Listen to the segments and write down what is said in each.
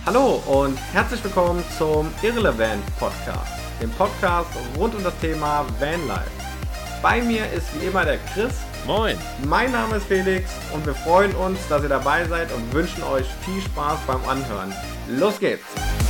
Hallo und herzlich willkommen zum Irrelevant Podcast, dem Podcast rund um das Thema Vanlife. Bei mir ist wie immer der Chris. Moin. Mein Name ist Felix und wir freuen uns, dass ihr dabei seid und wünschen euch viel Spaß beim Anhören. Los geht's!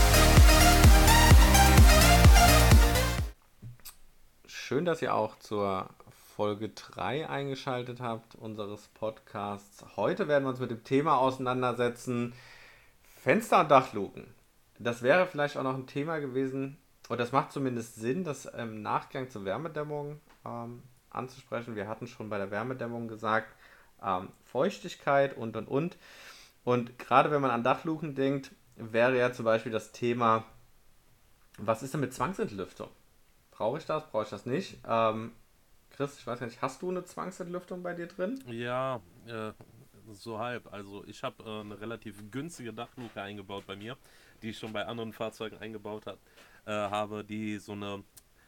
Schön, dass ihr auch zur Folge 3 eingeschaltet habt unseres Podcasts. Heute werden wir uns mit dem Thema auseinandersetzen, Fenster und Dachluken. Das wäre vielleicht auch noch ein Thema gewesen, oder das macht zumindest Sinn, das im Nachgang zur Wärmedämmung anzusprechen. Wir hatten schon bei der Wärmedämmung gesagt, Feuchtigkeit und. Und gerade wenn man an Dachluken denkt, wäre ja zum Beispiel das Thema, was ist denn mit Zwangsentlüftung? Brauche ich das nicht? Chris, ich weiß gar nicht, hast du eine Zwangsentlüftung bei dir drin? Ja, so halb. Also ich habe eine relativ günstige Dachluke eingebaut bei mir, die ich schon bei anderen Fahrzeugen eingebaut habe, die so eine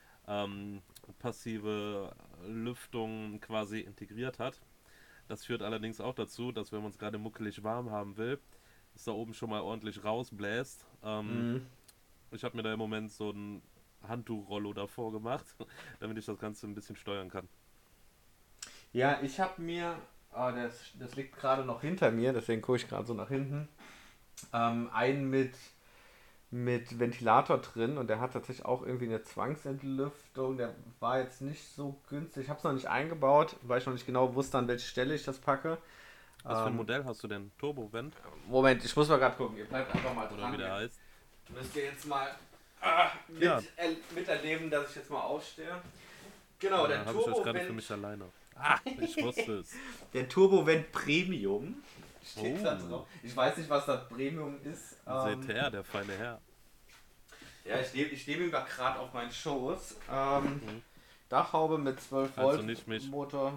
passive Lüftung quasi integriert hat. Das führt allerdings auch dazu, dass wenn man es gerade muckelig warm haben will, es da oben schon mal ordentlich rausbläst. Mhm. Ich habe mir da im Moment so ein Handtuchrollo davor gemacht, damit ich das Ganze ein bisschen steuern kann. Ja, ich habe mir, das liegt gerade noch hinter mir, deswegen gucke ich gerade so nach hinten, einen mit Ventilator drin und der hat tatsächlich auch irgendwie eine Zwangsentlüftung. Der war jetzt nicht so günstig. Ich habe es noch nicht eingebaut, weil ich noch nicht genau wusste, an welche Stelle ich das packe. Was für ein Ähm, Modell hast du denn? Turbo-Vent? Moment, ich muss mal gerade gucken. Ihr bleibt einfach mal Oder wie dran. der heißt? Müsst ihr jetzt mal Ja, miterleben, dass ich jetzt mal aufstehe. Genau, der habe ich euch gerade für Turbo-Vent. mich alleine. Ah, ich wusste es. Der Turbo-Vent Premium steht da Oh, drauf. Ich weiß nicht, was das Premium ist. seht her, der feine Herr. Ja, ich nehme ihn gerade auf meinen Schoß. Hm. Dachhaube mit 12 Also Volt nicht mich. Motor.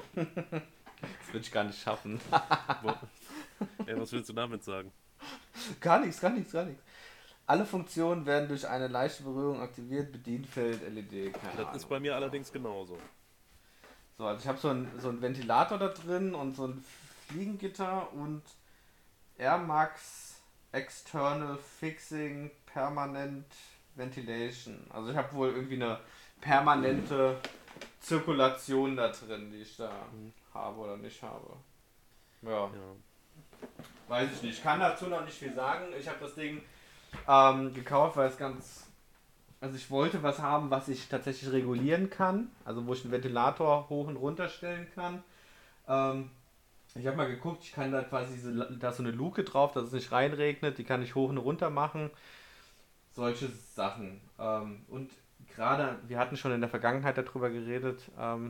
Das würde ich gar nicht schaffen. Wo, ey, was willst du damit sagen? Gar nichts. Alle Funktionen werden durch eine leichte Berührung aktiviert. Bedienfeld, LED, keine Das Ahnung. ist bei mir allerdings genauso. So, also ich habe so einen Ventilator da drin und so ein Fliegengitter und Air Max External Fixing Permanent Ventilation. Also ich habe wohl irgendwie eine permanente Zirkulation da drin, die ich da Hm. habe oder nicht habe. Ja, Ja. weiß ich nicht. Ich kann dazu noch nicht viel sagen. Ich habe das Ding gekauft, weil es ganz... Also ich wollte was haben, was ich tatsächlich regulieren kann. Also wo ich einen Ventilator hoch und runter stellen kann. Ähm, Ich habe mal geguckt, ich kann da quasi da ist so eine Luke drauf, dass es nicht reinregnet, die kann ich hoch und runter machen. Solche Sachen. Und gerade, wir hatten schon in der Vergangenheit darüber geredet,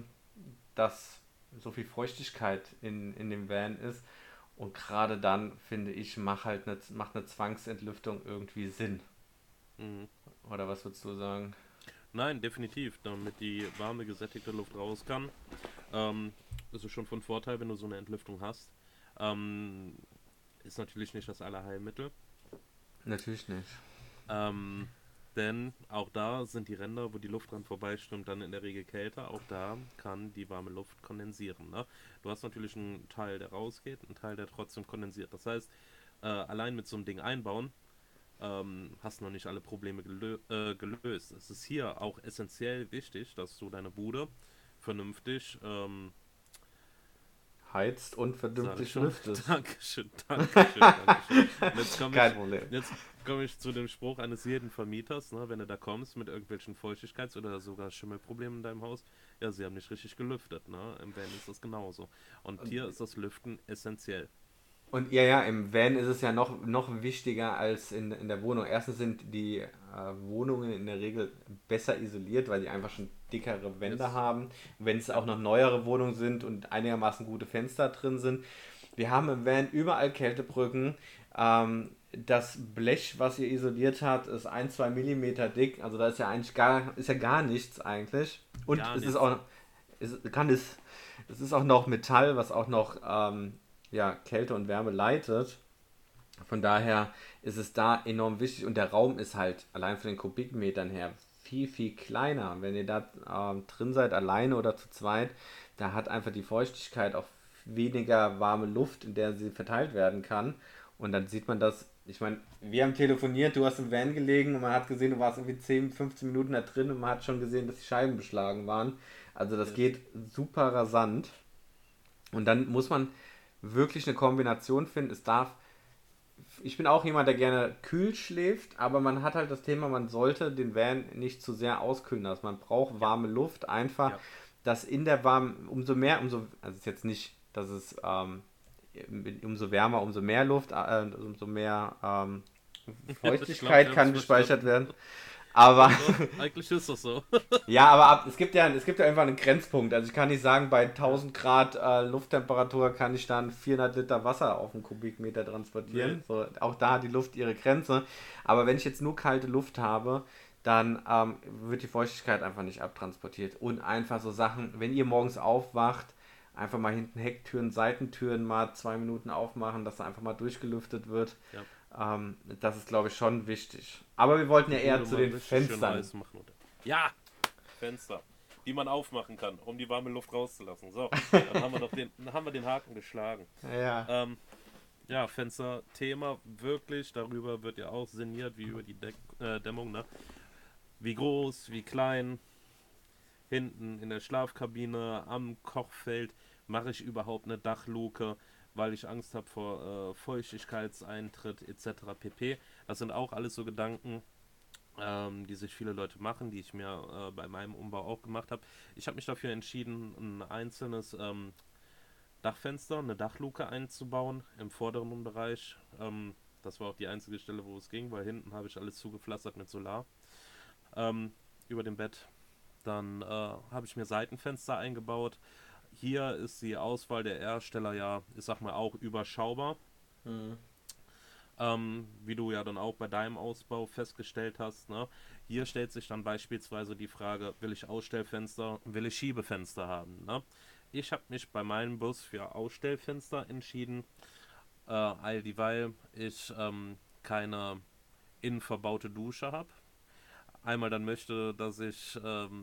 dass so viel Feuchtigkeit in dem Van ist. Und gerade dann, finde ich, macht eine Zwangsentlüftung irgendwie Sinn. Mhm. Oder was würdest du sagen? Nein, definitiv. Damit die warme, gesättigte Luft raus kann, ist es schon von Vorteil, wenn du so eine Entlüftung hast. Ähm, ist natürlich nicht das Allerheilmittel. Natürlich nicht. Ähm, denn auch da sind die Ränder, wo die Luft dran vorbeiströmt, dann in der Regel kälter. Auch da kann die warme Luft kondensieren. Ne? Du hast natürlich einen Teil, der rausgeht, einen Teil, der trotzdem kondensiert. Das heißt, allein mit so einem Ding einbauen, hast noch nicht alle Probleme gelöst. Es ist hier auch essentiell wichtig, dass du deine Bude vernünftig, Heizt und sag ich vernünftig schon, lüftet. Dankeschön. Und Kein Problem. jetzt komme ich zu dem Spruch eines jeden Vermieters, ne, wenn du da kommst mit irgendwelchen Feuchtigkeits- oder sogar Schimmelproblemen in deinem Haus, ja, sie haben nicht richtig gelüftet, ne? Im Van ist das genauso. Und hier ist das Lüften essentiell. Und ja, im Van ist es ja noch wichtiger als in der Wohnung. Erstens sind die Wohnungen in der Regel besser isoliert, weil die einfach schon dickere Wände Yes. haben. Wenn es auch noch neuere Wohnungen sind und einigermaßen gute Fenster drin sind. Wir haben im Van überall Kältebrücken. Das Blech, was ihr isoliert hat, ist 1, 2 Millimeter dick. Also da ist ja eigentlich gar nichts eigentlich. Und Gar es ist nichts. auch, es ist auch noch Metall, was auch noch ja, Kälte und Wärme leitet. Von daher ist es da enorm wichtig und der Raum ist halt allein von den Kubikmetern her viel kleiner. Wenn ihr da drin seid, alleine oder zu zweit, da hat einfach die Feuchtigkeit auch weniger warme Luft, in der sie verteilt werden kann. Und dann sieht man das Ich meine, wir haben telefoniert, du hast im Van gelegen und man hat gesehen, du warst irgendwie 10, 15 Minuten da drin und man hat schon gesehen, dass die Scheiben beschlagen waren. Also das Ja. geht super rasant. Und dann muss man wirklich eine Kombination finden. Ich bin auch jemand, der gerne kühl schläft, aber man hat halt das Thema, man sollte den Van nicht zu sehr auskühlen lassen. Man braucht Ja. warme Luft, einfach, Ja. dass in der warmen, also es ist jetzt nicht, dass es umso wärmer, umso mehr Luft, umso mehr Ich glaube, Feuchtigkeit wir haben es kann gespeichert verstanden. werden. Aber Doch, doch, eigentlich ist das so. ja, aber es gibt ja einfach einen Grenzpunkt. Also ich kann nicht sagen, bei Ja. 1000 Grad Lufttemperatur kann ich dann 400 Liter Wasser auf einen Kubikmeter Nee. transportieren. So, auch da hat die Luft ihre Grenze. Aber wenn ich jetzt nur kalte Luft habe, dann wird die Feuchtigkeit einfach nicht abtransportiert. Und einfach so Sachen, wenn ihr morgens aufwacht, einfach mal hinten Hecktüren, Seitentüren mal 2 Minuten aufmachen, dass da einfach mal durchgelüftet wird. Ja. Das ist, glaube ich, schon wichtig. Aber wir wollten ja Die eher Bude zu mal den richtig schön Fenstern. heiß machen. Oder? Ja! Fenster, die man aufmachen kann, um die warme Luft rauszulassen. So, dann haben wir den Haken geschlagen. Ja. Ähm, ja, Fensterthema, wirklich, darüber wird ja auch sinniert, wie über die Dämmung, ne? Wie groß, wie klein, hinten in der Schlafkabine, am Kochfeld, mache ich überhaupt eine Dachluke, weil ich Angst habe vor Feuchtigkeitseintritt etc. pp. Das sind auch alles so Gedanken, die sich viele Leute machen, die ich mir bei meinem Umbau auch gemacht habe. Ich habe mich dafür entschieden, ein einzelnes Dachfenster, eine Dachluke einzubauen im vorderen Bereich. Das war auch die einzige Stelle, wo es ging, weil hinten habe ich alles zugepflastert mit Solar über dem Bett. Dann habe ich mir Seitenfenster eingebaut. Hier ist die Auswahl der Hersteller ja, ich sag mal, auch überschaubar. Hm. Wie du ja dann auch bei deinem Ausbau festgestellt hast. Ne? Hier stellt sich dann beispielsweise die Frage, will ich Ausstellfenster, will ich Schiebefenster haben? Ne? Ich habe mich bei meinem Bus für Ausstellfenster entschieden, all dieweil ich keine innen verbaute Dusche habe. Einmal dann möchte, dass ich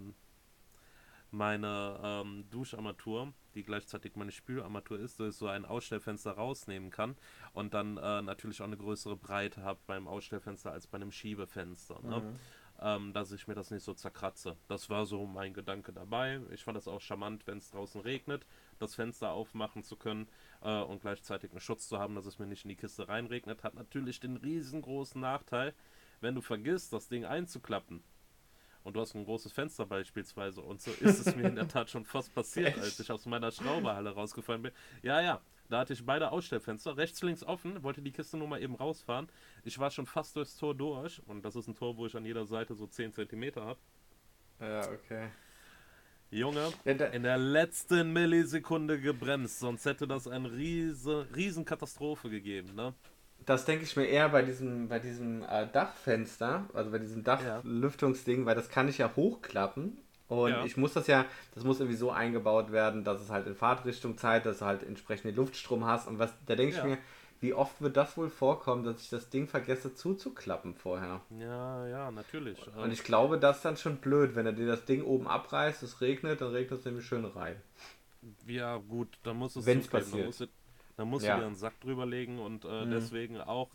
meine Duscharmatur, die gleichzeitig meine Spülarmatur ist, durch so ein Ausstellfenster rausnehmen kann und dann natürlich auch eine größere Breite habe beim Ausstellfenster als bei einem Schiebefenster. Ne? Mhm. Dass ich mir das nicht so zerkratze. Das war so mein Gedanke dabei. Ich fand das auch charmant, wenn es draußen regnet, das Fenster aufmachen zu können und gleichzeitig einen Schutz zu haben, dass es mir nicht in die Kiste reinregnet. Hat natürlich den riesengroßen Nachteil, wenn du vergisst, das Ding einzuklappen und du hast ein großes Fenster beispielsweise. Und so ist es mir in der Tat schon fast passiert, als ich Echt? aus meiner Schrauberhalle rausgefallen bin. Ja, ja, da hatte ich beide Ausstellfenster, rechts, links offen, wollte die Kiste nur mal eben rausfahren. Ich war schon fast durchs Tor durch. Und das ist ein Tor, wo ich an jeder Seite so 10 Zentimeter habe. Ja, okay. Junge, Ja, in der letzten Millisekunde gebremst, sonst hätte das eine riesen Katastrophe gegeben, ne? das denke ich mir eher bei diesem Dachfenster, also bei diesem Ja, Dachlüftungsding, weil das kann ich ja hochklappen. Und ja, das muss irgendwie so eingebaut werden, dass es halt in Fahrtrichtung zeigt, dass du halt entsprechend den Luftstrom hast. Und da denke ich ja. mir, wie oft wird das wohl vorkommen, dass ich das Ding vergesse zuzuklappen vorher? Ja, ja, natürlich. Und ich glaube, das ist dann schon blöd, wenn er dir das Ding oben abreißt, es regnet, dann regnet es nämlich schön rein. Ja, gut, dann musst du es Wenn es zukleben. passiert. Dann musst du dir Ja. einen Sack drüber legen und Hm. deswegen auch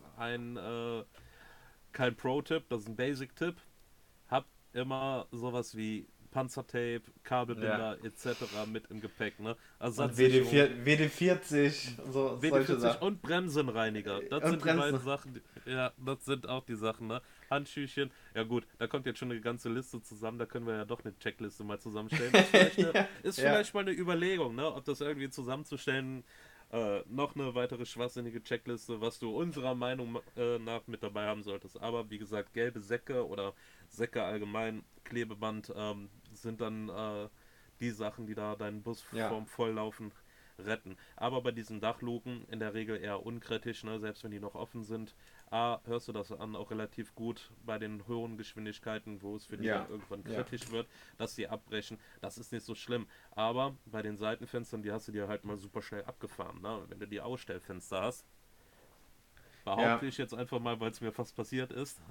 kein Pro-Tipp, das ist ein Basic-Tipp. Hab immer sowas wie Panzertape, Ja. Kabelbinder etc. mit im Gepäck, ne? Und Ersatzsicherung, WD-40, so solche WD-40 Sachen. und Bremsenreiniger. Das Und sind die beiden Bremsen. Sachen. Ja, das sind auch die Sachen, ne? Handschüchen. Ja gut, da kommt jetzt schon eine ganze Liste zusammen. Da können wir ja doch eine Checkliste mal zusammenstellen. Ja, Ist ja, vielleicht mal eine Überlegung, ne? Ob das irgendwie zusammenzustellen. Noch eine weitere schwachsinnige Checkliste, was du unserer Meinung nach mit dabei haben solltest. Aber wie gesagt, gelbe Säcke oder Säcke allgemein, Klebeband sind dann die Sachen, die da deinen Bus ja, vorm Volllaufen retten. Aber bei diesen Dachluken in der Regel eher unkritisch, ne? Selbst wenn die noch offen sind. A, hörst du das an, auch relativ gut bei den hohen Geschwindigkeiten, wo es für die dann ja, irgendwann ja, kritisch wird, dass die abbrechen. Das ist nicht so schlimm. Aber bei den Seitenfenstern, die hast du dir halt mal super schnell abgefahren. Ne? Wenn du die Ausstellfenster hast, ja, behaupte ich jetzt einfach mal, weil es mir fast passiert ist,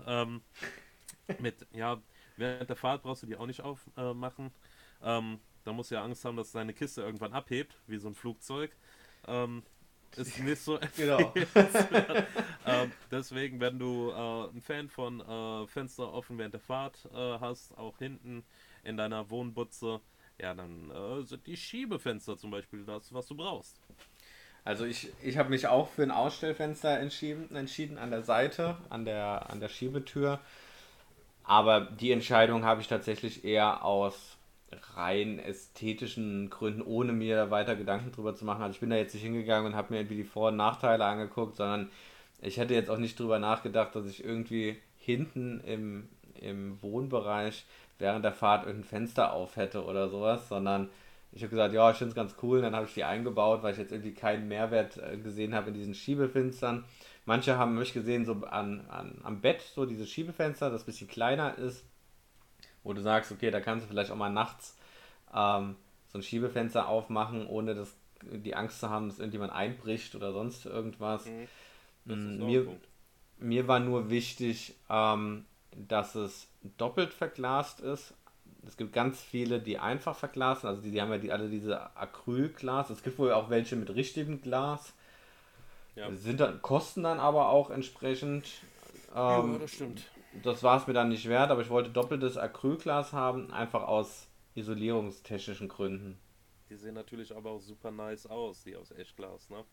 ja, während der Fahrt brauchst du die auch nicht aufmachen. Da musst du ja Angst haben, dass deine Kiste irgendwann abhebt, wie so ein Flugzeug. Ähm, ist nicht so Genau. empfehlenswert. Deswegen, wenn du ein Fan von Fenster offen während der Fahrt hast, auch hinten in deiner Wohnbutze, ja, dann sind die Schiebefenster zum Beispiel das, was du brauchst. Also ich habe mich auch für ein Ausstellfenster entschieden an der Seite, an der Schiebetür. Aber die Entscheidung habe ich tatsächlich eher aus rein ästhetischen Gründen, ohne mir weiter Gedanken drüber zu machen. Also ich bin da jetzt nicht hingegangen und habe mir irgendwie die Vor- und Nachteile angeguckt, sondern ich hätte jetzt auch nicht drüber nachgedacht, dass ich irgendwie hinten im Wohnbereich während der Fahrt irgendein Fenster auf hätte oder sowas, sondern ich habe gesagt, ja, ich finde es ganz cool, dann habe ich die eingebaut, weil ich jetzt irgendwie keinen Mehrwert gesehen habe in diesen Schiebefenstern. Manche haben mich gesehen, so am Bett, so diese Schiebefenster, das ein bisschen kleiner ist, wo du sagst, okay, da kannst du vielleicht auch mal nachts so ein Schiebefenster aufmachen, ohne die Angst zu haben, dass irgendjemand einbricht oder sonst irgendwas. Mhm. Das ist Mm, auch ein Mir, Punkt. mir war nur wichtig, dass es doppelt verglast ist. Es gibt ganz viele, die einfach verglasen, also die haben ja alle diese Acrylglas. Es gibt wohl auch welche mit richtigem Glas. Ja. Kosten dann aber auch entsprechend. Ja, Ähm, das stimmt. Das war es mir dann nicht wert, aber ich wollte doppeltes Acrylglas haben, einfach aus isolierungstechnischen Gründen. Die sehen natürlich aber auch super nice aus, die aus Echtglas, ne?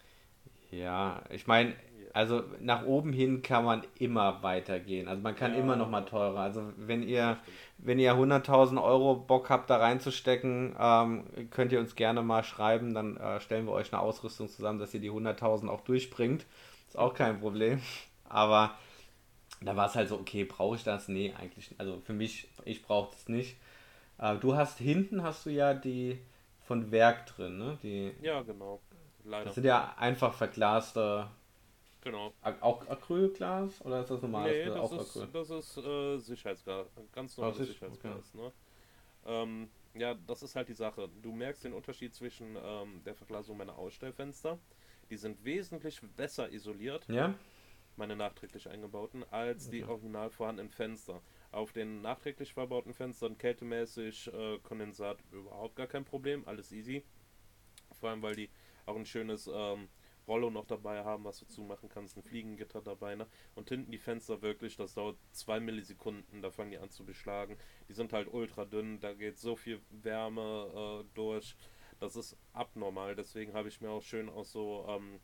Ja, ich meine, Ja, also nach oben hin kann man immer weitergehen. Also man kann immer noch mal ja, teurer. Also wenn das ihr, stimmt. wenn ihr 100.000 € Bock habt, da reinzustecken, könnt ihr uns gerne mal schreiben. Dann stellen wir euch eine Ausrüstung zusammen, dass ihr die 100.000 auch durchbringt. Ist auch kein Problem. Aber da war es halt so, okay, brauche ich das? Nee, eigentlich nicht. Also für mich, ich brauche das nicht. Hast du ja die von Werk drin, ne? Ja, genau. Das Leider. sind ja einfach verglaste, Genau. auch Acrylglas oder ist das normales Nee, Glas? Auch Acryl. das ist Sicherheitsglas. Ganz Was normales ist? Okay. Sicherheitsglas, ne? Ja, das ist halt die Sache. Du merkst den Unterschied zwischen der Verglasung meiner Ausstellfenster. Die sind wesentlich besser isoliert, Ja? meine nachträglich eingebauten, als die Okay. original vorhandenen Fenster. Auf den nachträglich verbauten Fenstern kältemäßig, Kondensat überhaupt gar kein Problem, alles easy. Vor allem, weil die auch ein schönes Rollo noch dabei haben, was du zumachen kannst, ein Fliegengitter dabei, ne? Und hinten die Fenster wirklich, das dauert 2 Millisekunden, da fangen die an zu beschlagen. Die sind halt ultra dünn, da geht so viel Wärme durch. Das ist abnormal, deswegen habe ich mir auch schön aus so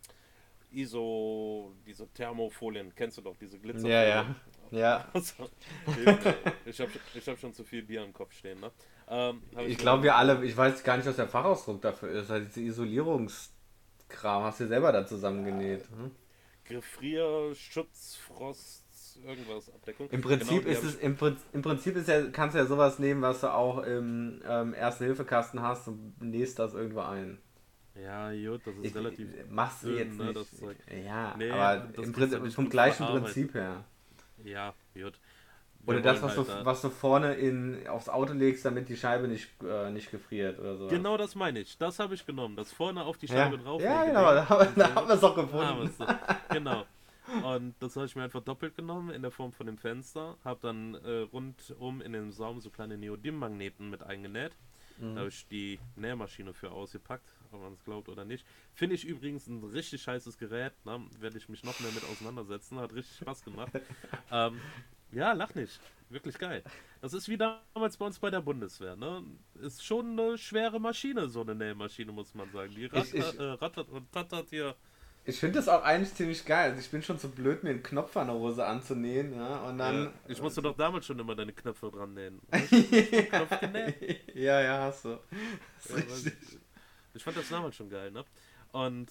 diese Thermofolien, kennst du doch, diese Ja, ja. Glitzerfolien. Ja. Also, hilf mir, ich hab schon zu viel Bier im Kopf stehen, ne? Habe Ich ich mir glaube, dann wir alle, ich weiß gar nicht, was der Fachausdruck dafür ist. Also diese Isolierungskram hast du selber da zusammengenäht. Hm? Gefrier, Schutz, Frost, irgendwas, Abdeckung. Im Genau, Prinzip die ist habe es, ich. im Prinzip ist ja, kannst du ja sowas nehmen, was du auch im Erste-Hilfe-Kasten hast und nähst das irgendwo ein. Ja, gut, das ist Ich, relativ machst du dünn, jetzt ne, nicht. das Zeug. Ja, Nee, aber das kriegst du nicht Vom gut gleichen verarbeitet. Prinzip her. Ja, gut. Oder Wir das, wollen halt da. was du vorne aufs Auto legst, damit die Scheibe nicht gefriert oder sowas. Genau das meine ich. Das habe ich genommen. Das vorne auf die Ja, Scheibe ja, drauflege genau, Ding. da haben Systeme. wir es doch Da haben wir gefunden. es. Genau. Und das habe ich mir einfach doppelt genommen in der Form von dem Fenster. Habe dann rundum in den Saum so kleine Neodym-Magneten mit eingenäht. Da habe ich die Nähmaschine für ausgepackt, ob man es glaubt oder nicht. Finde ich übrigens ein richtig heißes Gerät. Ne? Werde ich mich noch mehr mit auseinandersetzen. Hat richtig Spaß gemacht. Ähm, ja, lach nicht. Wirklich geil. Das ist wie damals bei uns bei der Bundeswehr. Ne? Ist schon eine schwere Maschine, so eine Nähmaschine, muss man sagen. Die Ich, ich, rattert und tattert hier. ich finde das auch eigentlich ziemlich geil. Also ich bin schon zu blöd, mir einen Knopf an der Hose anzunähen, ja, und Ja, dann. ich musste doch damals schon immer deine Knöpfe dran nähen. Hast du nicht mal einen Knopf genäht? Ja, ja, hast du. Das ist Ja, weiß richtig. ich fand das damals schon geil, ne? Und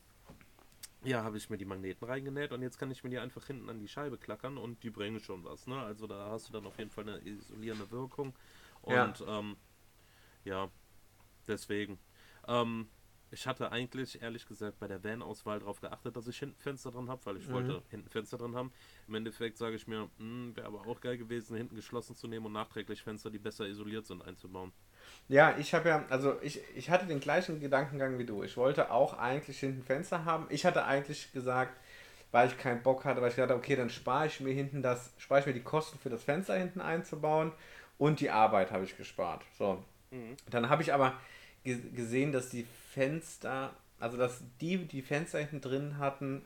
ja, habe ich mir die Magneten reingenäht und jetzt kann ich mir die einfach hinten an die Scheibe klackern und die bringen schon was, ne? Also da hast du dann auf jeden Fall eine isolierende Wirkung Ja. und ja, deswegen. Ähm, ich hatte eigentlich, ehrlich gesagt, bei der Van-Auswahl darauf geachtet, dass ich hinten Fenster dran habe, weil ich Mhm. wollte hinten Fenster dran haben. Im Endeffekt sage ich mir, wäre aber auch geil gewesen, hinten geschlossen zu nehmen und nachträglich Fenster, die besser isoliert sind, einzubauen. Ja, ich habe ja, also ich hatte den gleichen Gedankengang wie du. Ich wollte auch eigentlich hinten Fenster haben. Ich hatte eigentlich gesagt, weil ich keinen Bock hatte, weil ich dachte, okay, dann spare ich mir die Kosten für das Fenster hinten einzubauen und die Arbeit habe ich gespart. So. Mhm. Dann habe ich aber gesehen, dass die Fenster also dass die Fenster hinten drin hatten,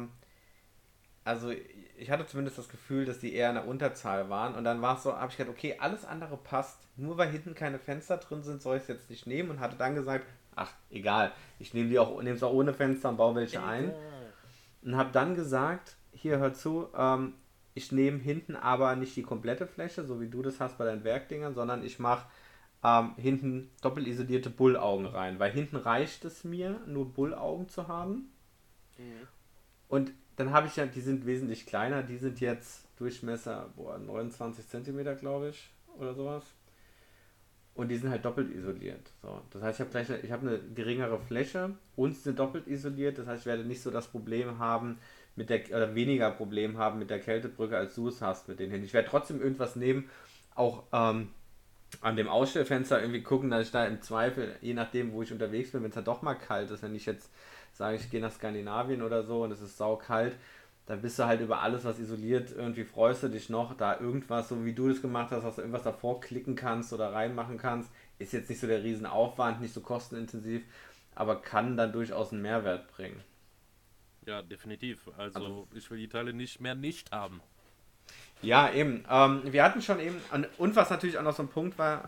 also ich hatte zumindest das Gefühl, dass die eher in der Unterzahl waren. Und dann war es so, habe ich gedacht, okay, alles andere passt. Nur weil hinten keine Fenster drin sind, soll ich es jetzt nicht nehmen. Und hatte dann gesagt, ach, egal, ich nehme es auch ohne Fenster und baue welche ein. Egal. Und habe dann gesagt, hier hör zu, ich nehme hinten aber nicht die komplette Fläche, so wie du das hast bei deinen Werkdingern, sondern ich mache hinten doppelt isolierte Bullaugen rein. Weil hinten reicht es mir, nur Bullaugen zu haben. Mhm. Und dann habe ich ja, die sind wesentlich kleiner, die sind jetzt Durchmesser 29 Zentimeter, glaube ich, oder sowas. Und die sind halt doppelt isoliert. So. Das heißt, ich habe eine geringere Fläche und sie sind doppelt isoliert. Das heißt, ich werde nicht so das Problem haben oder weniger Problem haben mit der Kältebrücke, als du es hast mit denen hin. Ich werde trotzdem irgendwas nehmen, auch an dem Ausstellfenster irgendwie gucken, dass ich da im Zweifel, je nachdem, wo ich unterwegs bin, wenn es halt doch mal kalt ist, wenn ich jetzt sage, ich gehe nach Skandinavien oder so und es ist saukalt, dann bist du halt über alles, was isoliert, irgendwie freust du dich noch, da irgendwas, so wie du das gemacht hast, dass du irgendwas davor klicken kannst oder reinmachen kannst, ist jetzt nicht so der Riesenaufwand, nicht so kostenintensiv, aber kann dann durchaus einen Mehrwert bringen. Ja, definitiv. Also, Also ich will die Teile nicht mehr nicht haben. ja, eben. Wir hatten schon eben, und was natürlich auch noch so ein Punkt war,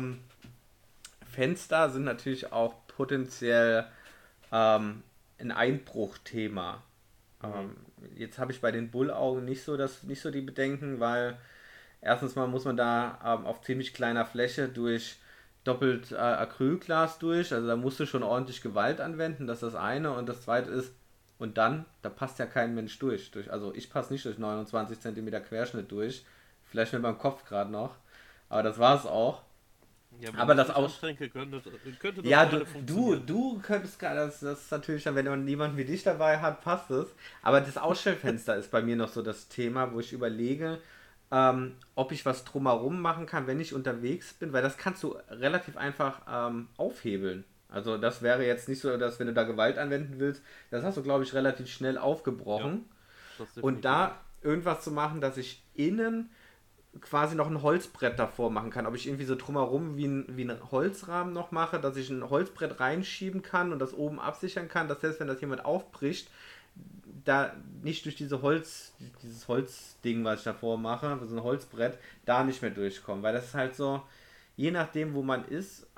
Fenster sind natürlich auch potenziell ein Einbruchthema. Mhm. Jetzt habe ich bei den Bullaugen nicht so die Bedenken, weil erstens mal muss man da auf ziemlich kleiner Fläche durch doppelt Acrylglas durch, also da musst du schon ordentlich Gewalt anwenden, das ist das eine. Und das zweite ist, und dann, da passt ja kein Mensch also ich passe nicht durch 29 Zentimeter Querschnitt durch, vielleicht mit meinem Kopf gerade noch, aber das war es auch. Ja, wenn Aber ich das mich Aus anstrenge, könnte das ja, gerade funktionieren. du könntest gerade, das ist natürlich dann, wenn man niemanden wie dich dabei hat, passt es. Aber das Ausstellfenster ist bei mir noch so das Thema, wo ich überlege, ob ich was drumherum machen kann, wenn ich unterwegs bin, weil das kannst du relativ einfach aufhebeln. Also das wäre jetzt nicht so, dass wenn du da Gewalt anwenden willst, das hast du, glaube ich, relativ schnell Ja, aufgebrochen. das Und definitiv. da irgendwas zu machen, dass ich innen quasi noch ein Holzbrett davor machen kann. Ob ich irgendwie so drumherum wie ein Holzrahmen noch mache, dass ich ein Holzbrett reinschieben kann und das oben absichern kann, dass selbst wenn das jemand aufbricht, da nicht durch dieses Holzding, was ich davor mache, so ein Holzbrett, da nicht mehr durchkommen. Weil das ist halt so, je nachdem, wo man ist,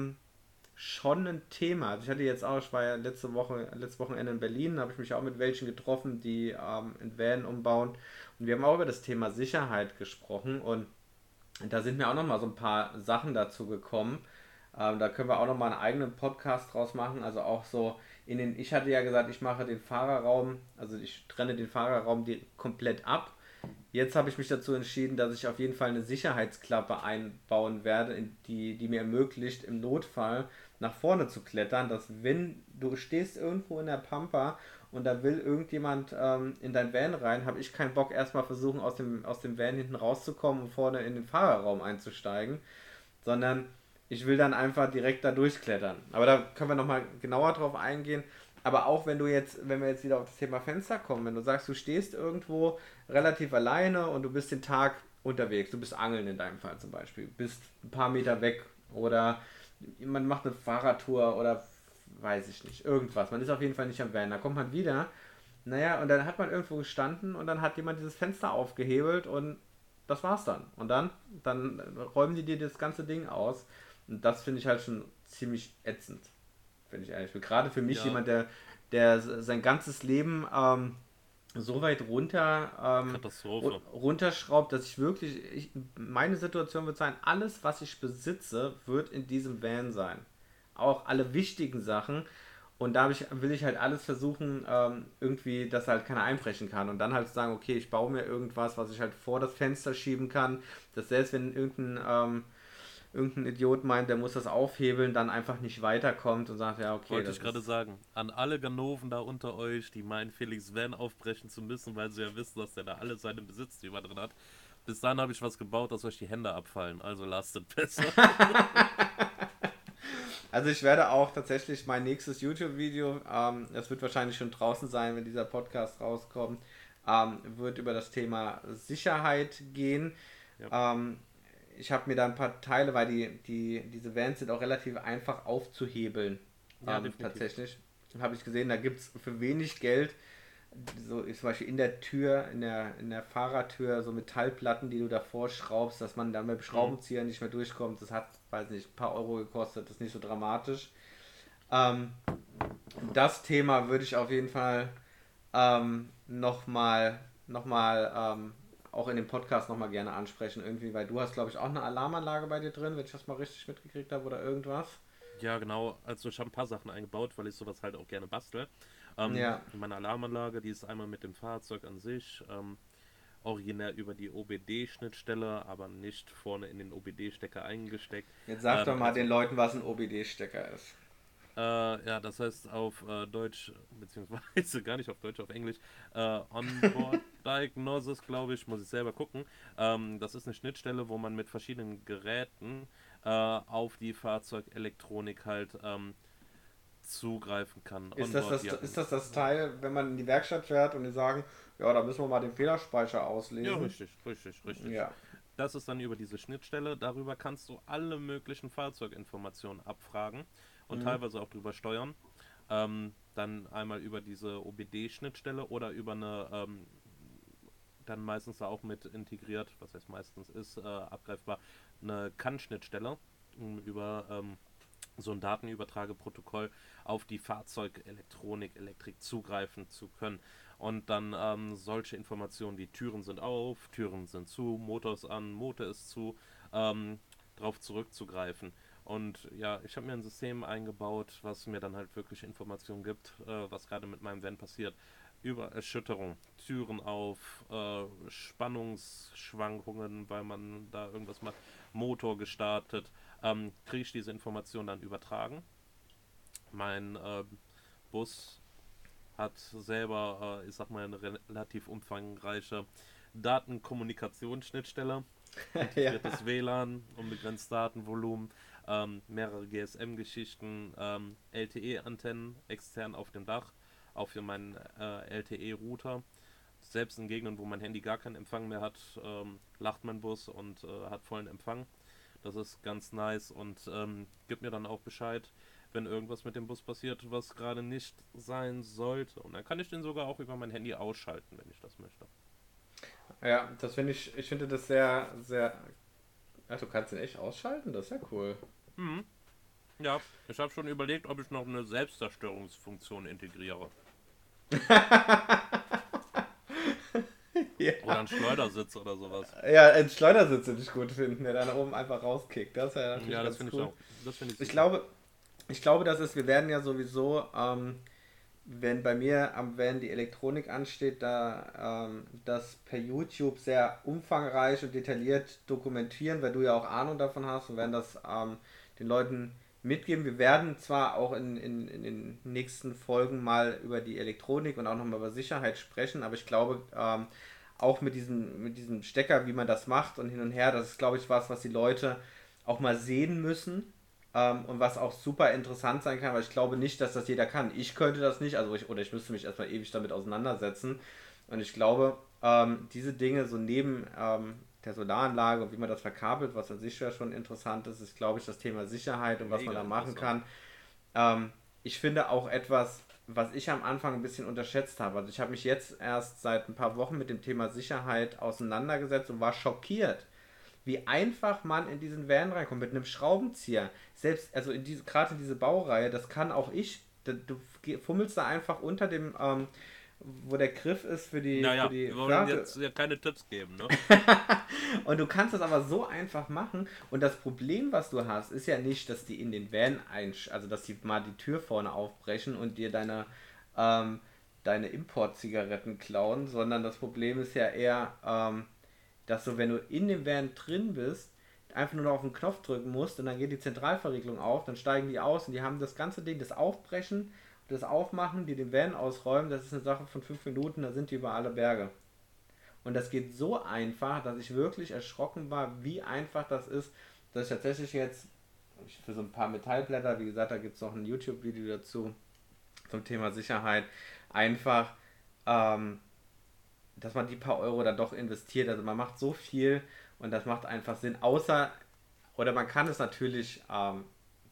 schon ein Thema. Also ich war ja letztes Wochenende in Berlin, habe ich mich auch mit welchen getroffen, die in Van umbauen. Und wir haben auch über das Thema Sicherheit gesprochen und da sind mir auch nochmal so ein paar Sachen dazu gekommen. Da können wir auch nochmal einen eigenen Podcast draus machen. Also auch so ich hatte ja gesagt, ich mache den Fahrerraum, also ich trenne den Fahrerraum komplett ab. Jetzt habe ich mich dazu entschieden, dass ich auf jeden Fall eine Sicherheitsklappe einbauen werde, die mir ermöglicht, im Notfall nach vorne zu klettern, dass wenn du stehst irgendwo in der Pampa und da will irgendjemand in dein Van rein, habe ich keinen Bock erstmal versuchen aus dem Van hinten rauszukommen und vorne in den Fahrerraum einzusteigen, sondern ich will dann einfach direkt da durchklettern. Aber da können wir nochmal genauer drauf eingehen. Aber auch wenn wir jetzt wieder auf das Thema Fenster kommen, wenn du sagst, du stehst irgendwo relativ alleine und du bist den Tag unterwegs, du bist angeln in deinem Fall zum Beispiel, bist ein paar Meter weg oder man macht eine Fahrradtour oder weiß ich nicht, irgendwas. Man ist auf jeden Fall nicht am Van. Da kommt man wieder, naja, und dann hat man irgendwo gestanden und dann hat jemand dieses Fenster aufgehebelt und das war's dann. Und dann räumen die dir das ganze Ding aus. Und das finde ich halt schon ziemlich ätzend, wenn ich ehrlich bin. Gerade für mich Ja, jemand, der sein ganzes Leben so weit Katastrophe. runterschraubt, dass meine Situation wird sein, alles, was ich besitze, wird in diesem Van sein. Auch alle wichtigen Sachen. Und will ich halt alles versuchen, irgendwie, dass halt keiner einbrechen kann. Und dann halt sagen, okay, ich baue mir irgendwas, was ich halt vor das Fenster schieben kann, dass selbst wenn irgendein Idiot meint, der muss das aufhebeln, dann einfach nicht weiterkommt und sagt, ja, okay, Wollte das ich gerade ist. sagen. An alle Ganoven da unter euch, die meinen, Felix Van aufbrechen zu müssen, weil sie ja wissen, dass der da alle seine Besitztümer drin hat. Bis dahin habe ich was gebaut, dass euch die Hände abfallen. Also lasst es besser. Also ich werde auch tatsächlich mein nächstes YouTube-Video, das wird wahrscheinlich schon draußen sein, wenn dieser Podcast rauskommt, wird über das Thema Sicherheit gehen. Ja, Ähm, Ich habe mir da ein paar Teile, weil diese Vans sind auch relativ einfach aufzuhebeln, ja definitiv. tatsächlich. habe ich gesehen, da gibt es für wenig Geld, so zum Beispiel in der Tür, in der Fahrertür, so Metallplatten, die du davor schraubst, dass man dann mit dem Mhm. Schraubenzieher nicht mehr durchkommt. Das hat, weiß nicht, ein paar Euro gekostet, das ist nicht so dramatisch. Ähm, Das Thema würde ich auf jeden Fall nochmal auch in dem Podcast nochmal gerne ansprechen, irgendwie, weil du hast, glaube ich, auch eine Alarmanlage bei dir drin, wenn ich das mal richtig mitgekriegt habe oder irgendwas. Ja, genau. Also ich habe ein paar Sachen eingebaut, weil ich sowas halt auch gerne bastel. Ja, Meine Alarmanlage, die ist einmal mit dem Fahrzeug an sich, originär über die OBD-Schnittstelle, aber nicht vorne in den OBD-Stecker eingesteckt. jetzt sag doch mal den Also Leuten, was ein OBD-Stecker ist. ja, das heißt auf Deutsch, beziehungsweise gar nicht auf Deutsch, auf Englisch, Onboard Diagnosis, glaube ich, muss ich selber gucken. Das ist eine Schnittstelle, wo man mit verschiedenen Geräten auf die Fahrzeugelektronik halt zugreifen kann. Onboard Ist das Diagnosis. das Teil, wenn man in die Werkstatt fährt und die sagen, ja, da müssen wir mal den Fehlerspeicher Ja, auslesen? richtig, richtig, richtig. Ja. Das ist dann über diese Schnittstelle. Darüber kannst du alle möglichen Fahrzeuginformationen abfragen und Mhm. teilweise auch drüber steuern. Dann einmal über diese OBD-Schnittstelle oder über eine, dann meistens auch mit integriert, was heißt meistens ist, abgreifbar, eine CAN-Schnittstelle, um über so ein Datenübertrageprotokoll auf die Fahrzeugelektronik, Elektrik zugreifen zu können. Und dann solche Informationen wie Türen sind auf, Türen sind zu, Motor ist an, Motor ist zu, ähm, drauf zurückzugreifen. Und ja, ich habe mir ein System eingebaut, was mir dann halt wirklich Informationen gibt, was gerade mit meinem Van passiert. Über Erschütterung, Türen auf, Spannungsschwankungen, weil man da irgendwas macht, Motor gestartet, kriege ich diese Information dann übertragen. Mein Bus hat selber, ich sag mal, eine relativ umfangreiche Datenkommunikationsschnittstelle, Ja. integriertes WLAN, unbegrenzt Datenvolumen, mehrere GSM-Geschichten, LTE-Antennen extern auf dem Dach, auch für meinen LTE-Router. Selbst in Gegenden, wo mein Handy gar keinen Empfang mehr hat, lacht mein Bus und hat vollen Empfang. Das ist ganz nice und gibt mir dann auch Bescheid, wenn irgendwas mit dem Bus passiert, was gerade nicht sein sollte. Und dann kann ich den sogar auch über mein Handy ausschalten, wenn ich das möchte. Ja, das finde ich finde das sehr, sehr. Ach, du kannst den echt ausschalten? Das ist ja cool. Mhm. Ja, ich habe schon überlegt, ob ich noch eine Selbstzerstörungsfunktion integriere. Oder Ja. einen Schleudersitz oder sowas. Ja, einen Schleudersitz würde ich gut finden, der dann oben einfach rauskickt. Das wäre natürlich Ja, das ganz finde ich cool. auch. Das finde ich Ich super. glaube, ich glaube, wir werden ja sowieso, wenn bei mir am Van die Elektronik ansteht, da das per YouTube sehr umfangreich und detailliert dokumentieren, weil du ja auch Ahnung davon hast und werden das den Leuten mitgeben. Wir werden zwar auch in den nächsten Folgen mal über die Elektronik und auch nochmal über Sicherheit sprechen, aber ich glaube, auch mit diesem Stecker, wie man das macht und hin und her, das ist, glaube ich, was die Leute auch mal sehen müssen und was auch super interessant sein kann, weil ich glaube nicht, dass das jeder kann. Ich könnte das nicht, oder ich müsste mich erstmal ewig damit auseinandersetzen. Und ich glaube, diese Dinge so neben der Solaranlage und wie man das verkabelt, was an sich ja schon interessant ist, ist, glaube ich, das Thema Sicherheit und was man Mega da machen interessant. kann. Ich finde auch etwas, was ich am Anfang ein bisschen unterschätzt habe. Also ich habe mich jetzt erst seit ein paar Wochen mit dem Thema Sicherheit auseinandergesetzt und war schockiert, wie einfach man in diesen Van reinkommt mit einem Schraubenzieher. Selbst, also gerade in diese Baureihe, das kann auch ich. Du fummelst da einfach unter dem, wo der Griff ist für Naja, die, wir wollen ja, jetzt ja keine Tipps geben, ne? und du kannst das aber so einfach machen. Und das Problem, was du hast, ist ja nicht, dass die in den Van also dass die mal die Tür vorne aufbrechen und dir ähm, deine Importzigaretten klauen, sondern das Problem ist ja eher, dass du, wenn du in dem Van drin bist, einfach nur noch auf den Knopf drücken musst und dann geht die Zentralverriegelung auf, dann steigen die aus und die haben das ganze Ding, das Aufbrechen, das Aufmachen, die den Van ausräumen, das ist eine Sache von 5 Minuten, da sind die über alle Berge. Und das geht so einfach, dass ich wirklich erschrocken war, wie einfach das ist, dass ich tatsächlich jetzt für so ein paar Metallblätter, wie gesagt, da gibt es noch ein YouTube-Video dazu zum Thema Sicherheit, einfach, ähm, dass man die paar Euro dann doch investiert. Also man macht so viel und das macht einfach Sinn, außer, oder man kann es natürlich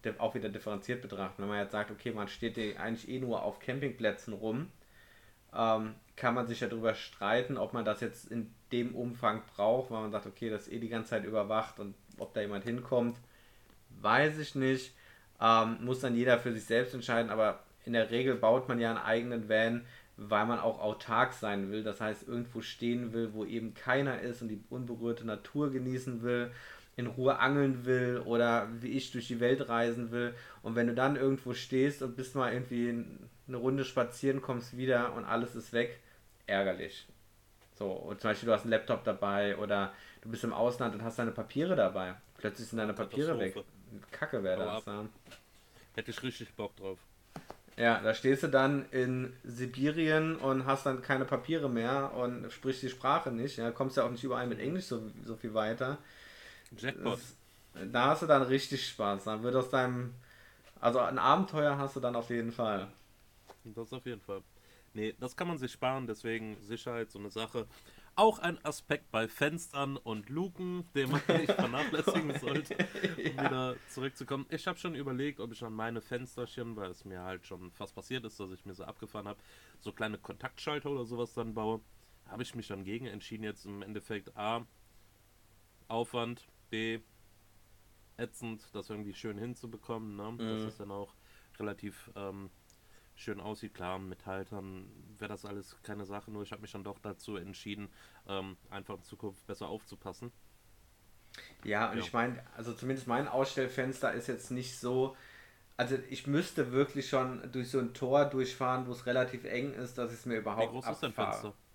auch wieder differenziert betrachten. Wenn man jetzt sagt, okay, man steht eigentlich eh nur auf Campingplätzen rum, kann man sich ja darüber streiten, ob man das jetzt in dem Umfang braucht, weil man sagt, okay, das ist eh die ganze Zeit überwacht und ob da jemand hinkommt, weiß ich nicht. Muss dann jeder für sich selbst entscheiden, aber in der Regel baut man ja einen eigenen Van, weil man auch autark sein will. Das heißt, irgendwo stehen will, wo eben keiner ist und die unberührte Natur genießen will, in Ruhe angeln will oder wie ich durch die Welt reisen will. Und wenn du dann irgendwo stehst und bist mal irgendwie eine Runde spazieren, kommst wieder und alles ist weg, ärgerlich. So, und zum Beispiel du hast einen Laptop dabei oder du bist im Ausland und hast deine Papiere dabei. Plötzlich sind deine Papiere weg. Katastrophe. Kacke wäre Hau das. ab. Ja. Hätte ich richtig Bock drauf. Ja, da stehst du dann in Sibirien und hast dann keine Papiere mehr und sprichst die Sprache nicht. Ja, kommst ja auch nicht überall mit Englisch so viel weiter. Jackpot. Das, da hast du dann richtig Spaß. Dann wird aus deinem, also ein Abenteuer hast du dann auf jeden Fall. Das auf jeden Fall. Nee, das kann man sich sparen, deswegen Sicherheit so eine Sache. Auch ein Aspekt bei Fenstern und Luken, den man nicht vernachlässigen sollte, um Ja. wieder zurückzukommen. Ich habe schon überlegt, ob ich an meine Fensterchen, weil es mir halt schon fast passiert ist, dass ich mir so abgefahren habe, so kleine Kontaktschalter oder sowas dann baue. Habe ich mich dann gegen entschieden, jetzt im Endeffekt A, Aufwand, B, ätzend, das irgendwie schön hinzubekommen. Ne? Das Mhm. ist dann auch relativ schön aussieht. Klar, mit Haltern wäre das alles keine Sache, nur ich habe mich dann doch dazu entschieden, einfach in Zukunft besser aufzupassen. Ja, und Ja. ich meine, also zumindest mein Ausstellfenster ist jetzt nicht so. Also ich müsste wirklich schon durch so ein Tor durchfahren, wo es relativ eng ist, dass ich es mir Wie überhaupt groß ist dein abfahre. Fenster?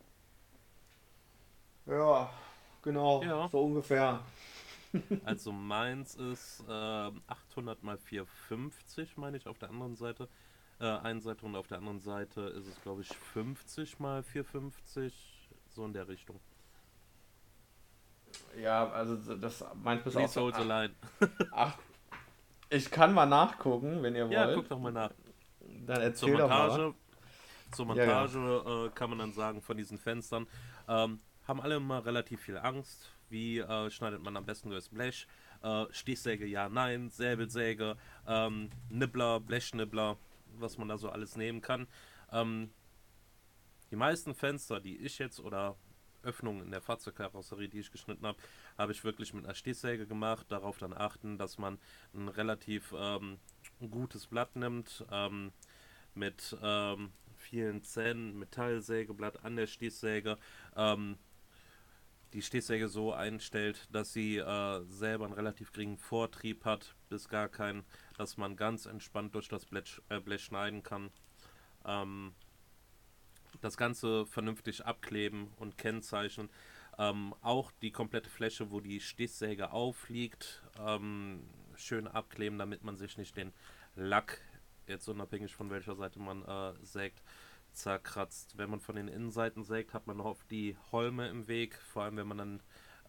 Ja, genau, Ja, so ungefähr. also meins ist 800 mal 450, meine ich, auf der anderen Seite. Einen Seite und auf der anderen Seite ist es, glaube ich, 50 mal 450, so in der Richtung. Ja, also das meint bis auch Please so hold the line. ach, ich kann mal nachgucken, wenn ihr Ja, wollt. guck doch mal nach. Dann Zur erzähl doch mal was. Montage Zur Ja, genau. Montage kann man dann sagen, von diesen Fenstern, haben alle immer relativ viel Angst. Wie schneidet man am besten durchs Blech? Stichsäge, ja, nein, Säbelsäge, Nibbler, Blechnibbler, was man da so alles nehmen kann. Ähm, die meisten Fenster, die ich jetzt oder Öffnungen in der Fahrzeugkarosserie, die ich geschnitten habe, habe ich wirklich mit einer Stichsäge gemacht. Darauf dann achten, dass man ein relativ gutes Blatt nimmt. Mit vielen Zähnen, Metallsägeblatt an der Stichsäge, ähm, die Stichsäge so einstellt, dass sie selber einen relativ geringen Vortrieb hat, bis gar keinen, dass man ganz entspannt durch das Blech schneiden kann. Ähm, das Ganze vernünftig abkleben und kennzeichnen. Auch die komplette Fläche, wo die Stichsäge aufliegt, schön abkleben, damit man sich nicht den Lack, jetzt unabhängig von welcher Seite man sägt, zerkratzt. Wenn man von den Innenseiten sägt, hat man oft die Holme im Weg, vor allem wenn man dann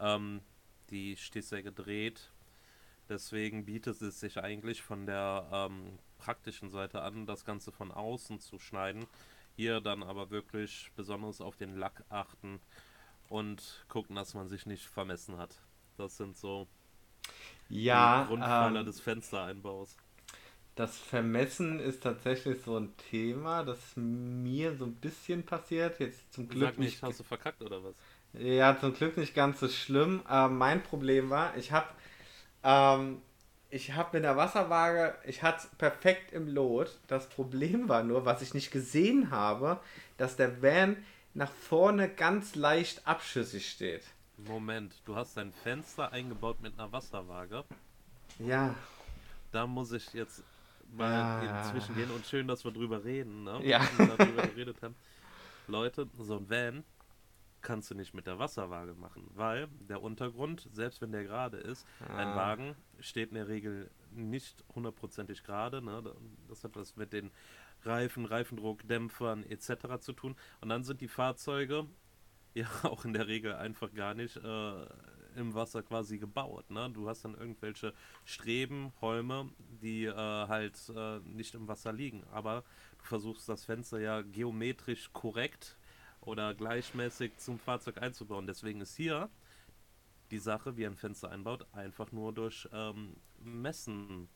die Stichsäge dreht. Deswegen bietet es sich eigentlich von der praktischen Seite an, das Ganze von außen zu schneiden. Hier dann aber wirklich besonders auf den Lack achten und gucken, dass man sich nicht vermessen hat. Das sind so die Ja, Grundpfeiler des Fenstereinbaus. das Vermessen ist tatsächlich so ein Thema, das mir so ein bisschen passiert. Jetzt zum Sag Glück nicht, nicht. hast du verkackt oder was? Ja, zum Glück nicht ganz so schlimm. Mein Problem war, ähm, ich habe mit der Wasserwaage, ich hatte perfekt im Lot. Das Problem war nur, was ich nicht gesehen habe, dass der Van nach vorne ganz leicht abschüssig steht. Moment, du hast dein Fenster eingebaut mit einer Wasserwaage. Ja, Da muss ich jetzt mal eben ja, zwischengehen und schön, dass wir drüber reden, ne? ja. Und darüber geredet haben. Leute, so ein Van kannst du nicht mit der Wasserwaage machen, weil der Untergrund, selbst wenn der gerade ist, ein Ah, Wagen steht in der Regel nicht hundertprozentig gerade. Ne? Das hat was mit den Reifen, Reifendruck, Dämpfern etc. zu tun. Und dann sind die Fahrzeuge ja auch in der Regel einfach gar nicht im Wasser quasi gebaut. Ne? Du hast dann irgendwelche Streben, Holme, die halt nicht im Wasser liegen. Aber du versuchst das Fenster ja geometrisch korrekt oder gleichmäßig zum Fahrzeug einzubauen. Deswegen ist hier die Sache, wie ein Fenster einbaut, einfach nur durch Messen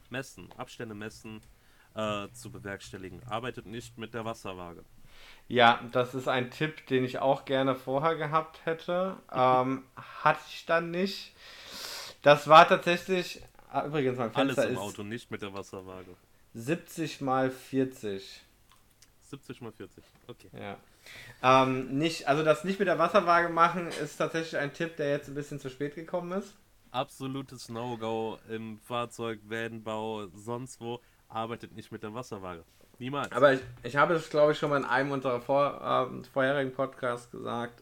Abstände messen, zu bewerkstelligen. Arbeitet nicht mit der Wasserwaage. Ja, das ist ein Tipp, den ich auch gerne vorher gehabt hätte. Hatte ich dann nicht. Das war tatsächlich, übrigens, mein Alles Fenster im ist Auto nicht mit der Wasserwaage. 70 mal 40. 70 mal 40. Okay. Ja. Nicht, also das nicht mit der Wasserwaage machen, ist tatsächlich ein Tipp, der jetzt ein bisschen zu spät gekommen ist. Absolutes No-Go im Fahrzeug, Vanbau, sonst wo. Arbeitet nicht mit der Wasserwaage. Niemals. Aber ich habe es, glaube ich, schon mal in einem unserer vorherigen Podcasts gesagt.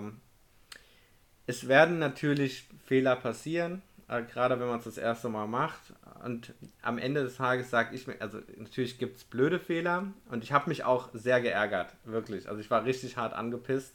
Es werden natürlich Fehler passieren, gerade wenn man es das erste Mal macht. Und am Ende des Tages sage ich mir, also natürlich gibt es blöde Fehler und ich habe mich auch sehr geärgert, wirklich. Also ich war richtig hart angepisst,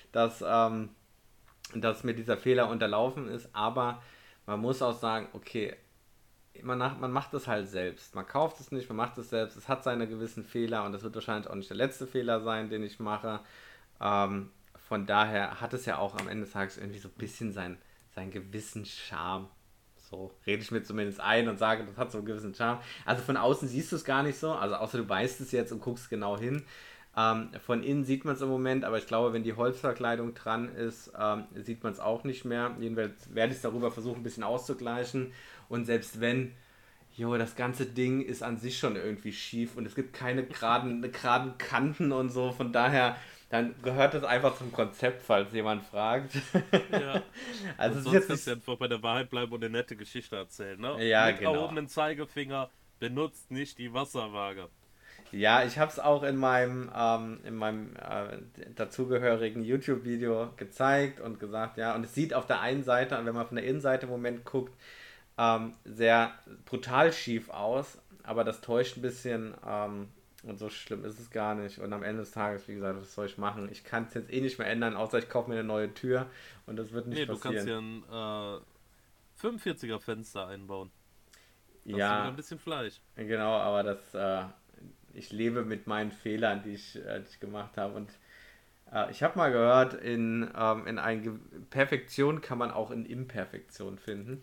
dass mir dieser Fehler unterlaufen ist, aber man muss auch sagen, okay, man macht es halt selbst. Man kauft es nicht, man macht es selbst. Es hat seine gewissen Fehler und das wird wahrscheinlich auch nicht der letzte Fehler sein, den ich mache. Ähm, von daher hat es ja auch am Ende des Tages irgendwie so ein bisschen seinen gewissen Charme. So rede ich mir zumindest ein und sage, das hat so einen gewissen Charme. Also von außen siehst du es gar nicht so, also außer du weißt es jetzt und guckst genau hin. Von innen sieht man es im Moment, aber ich glaube, wenn die Holzverkleidung dran ist, sieht man es auch nicht mehr. Jedenfalls werde ich es darüber versuchen, ein bisschen auszugleichen. Und selbst wenn, jo, das ganze Ding ist an sich schon irgendwie schief und es gibt keine geraden Kanten und so, von daher, dann gehört das einfach zum Konzept, falls jemand fragt. Ja. Also Und es ist sonst jetzt kannst du nicht. einfach bei der Wahrheit bleiben und eine nette Geschichte erzählen, ne? Ja, Mit genau. erhobenen Zeigefinger, benutzt nicht die Wasserwaage. Ja, ich habe es auch in meinem dazugehörigen YouTube-Video gezeigt und gesagt, ja, und es sieht auf der einen Seite, wenn man von der Innenseite im Moment guckt, sehr brutal schief aus, aber das täuscht ein bisschen und so schlimm ist es gar nicht. Und am Ende des Tages, wie gesagt, was soll ich machen? Ich kann es jetzt eh nicht mehr ändern, außer ich kaufe mir eine neue Tür und das wird nicht Nee, du kannst passieren. hier ein 45er Fenster einbauen. Da hast du wieder ein Ja, bisschen Fleisch. genau, aber ich lebe mit meinen Fehlern, die ich gemacht habe. Und ich habe mal gehört, Perfektion kann man auch in Imperfektion finden.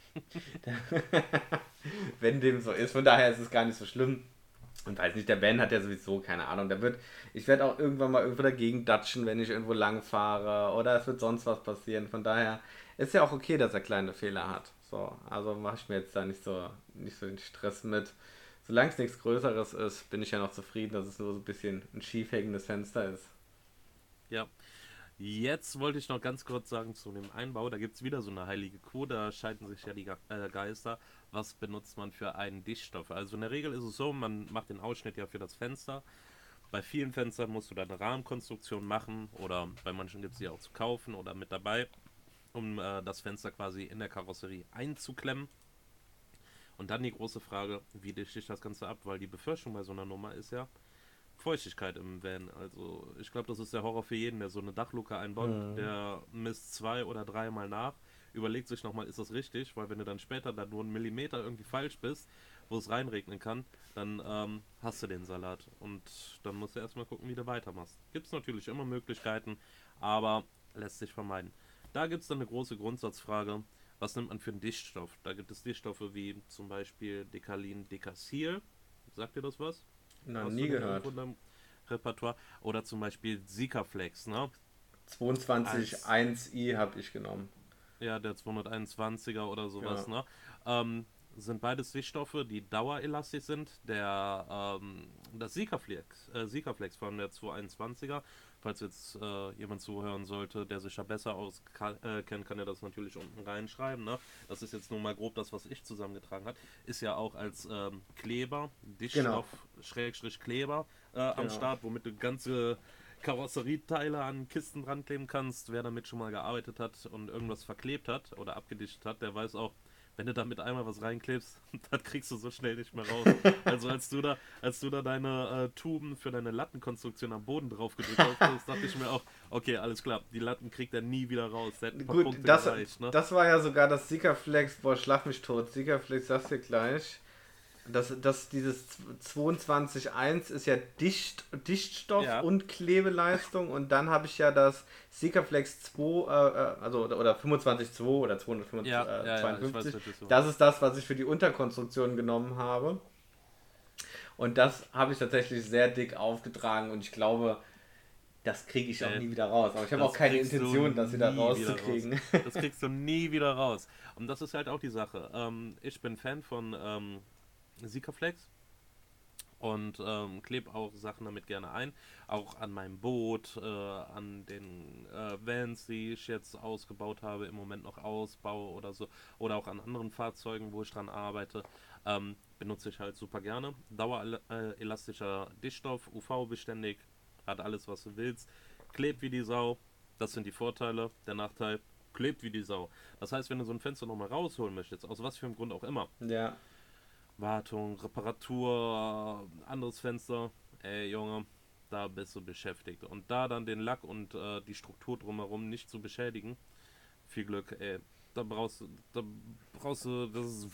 Wenn dem so ist. Von daher ist es gar nicht so schlimm. Und weiß nicht, der Ben hat ja sowieso keine Ahnung. Ich werde auch irgendwann mal irgendwo dagegen datschen, wenn ich irgendwo lang fahre. Oder es wird sonst was passieren. Von daher ist ja auch okay, dass er kleine Fehler hat. So, also mache ich mir jetzt da nicht so den Stress mit. Solange es nichts Größeres ist, bin ich ja noch zufrieden, dass es nur so ein bisschen ein schief hängendes Fenster ist. Ja. Jetzt wollte ich noch ganz kurz sagen zu dem Einbau. Da gibt es wieder so eine heilige Kuh. Da scheiden sich ja die Geister. Was benutzt man für einen Dichtstoff? Also in der Regel ist es so, man macht den Ausschnitt ja für das Fenster. Bei vielen Fenstern musst du da eine Rahmenkonstruktion machen oder bei manchen gibt es die auch zu kaufen oder mit dabei, um das Fenster quasi in der Karosserie einzuklemmen. Und dann die große Frage, wie dichte ich das Ganze ab? Weil die Befürchtung bei so einer Nummer ist ja Feuchtigkeit im Van. Also ich glaube, das ist der Horror für jeden, der so eine Dachluke einbaut. Mhm. Der misst 2 oder 3 Mal nach, überlegt sich nochmal, ist das richtig? Weil wenn du dann später da nur einen Millimeter irgendwie falsch bist, wo es reinregnen kann, dann hast du den Salat. Und dann musst du erstmal gucken, wie du weitermachst. Gibt es natürlich immer Möglichkeiten, aber lässt sich vermeiden. Da gibt es dann eine große Grundsatzfrage, was nimmt man für einen Dichtstoff? Da gibt es Dichtstoffe wie zum Beispiel Decalin, Decasil. Sagt dir das was? Noch Hast du nie den irgendwo gehört. in deinem Repertoire? Oder zum Beispiel Sikaflex, ne? Als 22.1i habe ich genommen. ja, der 221er oder sowas, Ja, ne? Sind beides Dichtstoffe, die dauerelastisch sind. Das Sikaflex von der 221er, falls jetzt jemand zuhören sollte, der sich da besser auskennt, kann er das natürlich unten reinschreiben, ne? Das ist jetzt nur mal grob das, was ich zusammengetragen habe. Ist ja auch als Kleber, genau, Dichtstoff, Schrägstrich Kleber am genau. Start, womit du ganze Karosserieteile an Kisten dran kleben kannst. Wer damit schon mal gearbeitet hat und irgendwas verklebt hat oder abgedichtet hat, der weiß auch, wenn du damit einmal was reinklebst, das kriegst du so schnell nicht mehr raus. Also als du da deine Tuben für deine Lattenkonstruktion am Boden drauf gedrückt hast, dachte ich mir auch, okay, alles klar, die Latten kriegt er nie wieder raus. Der hat ein paar Gut, Punkte das, gereicht, ne? das war ja sogar das Sikaflex. Boah, schlag mich tot. Sikaflex, sagst du gleich. dieses 22.1 ist ja Dichtstoff Ja, und Klebeleistung und dann habe ich ja das Sikaflex 2, also oder 25.2 oder ja, ich weiß, 252. welches du Das meinst. ist das, was ich für die Unterkonstruktion genommen habe. Und das habe ich tatsächlich sehr dick aufgetragen und ich glaube, das kriege ich auch Nee, nie wieder raus. Aber ich habe auch das keine kriegst du Intention, das wieder nie wieder raus. rauszukriegen. Das kriegst du nie wieder raus. Und das ist halt auch die Sache. Ich bin Fan von Sikaflex und klebe auch Sachen damit gerne ein. Auch an meinem Boot, an den Vans, die ich jetzt ausgebaut habe, im Moment noch ausbaue oder so. Oder auch an anderen Fahrzeugen, wo ich dran arbeite. Benutze ich halt super gerne. Dauerelastischer Dichtstoff, UV-beständig, hat alles, was du willst. Klebt wie die Sau. Das sind die Vorteile. Der Nachteil, klebt wie die Sau. Das heißt, wenn du so ein Fenster nochmal rausholen möchtest, aus was für einem Grund auch immer, Ja. Wartung, Reparatur, anderes Fenster. Ey, Junge, da bist du beschäftigt. Und da dann den Lack und die Struktur drumherum nicht zu beschädigen, viel Glück, ey. Da brauchst du,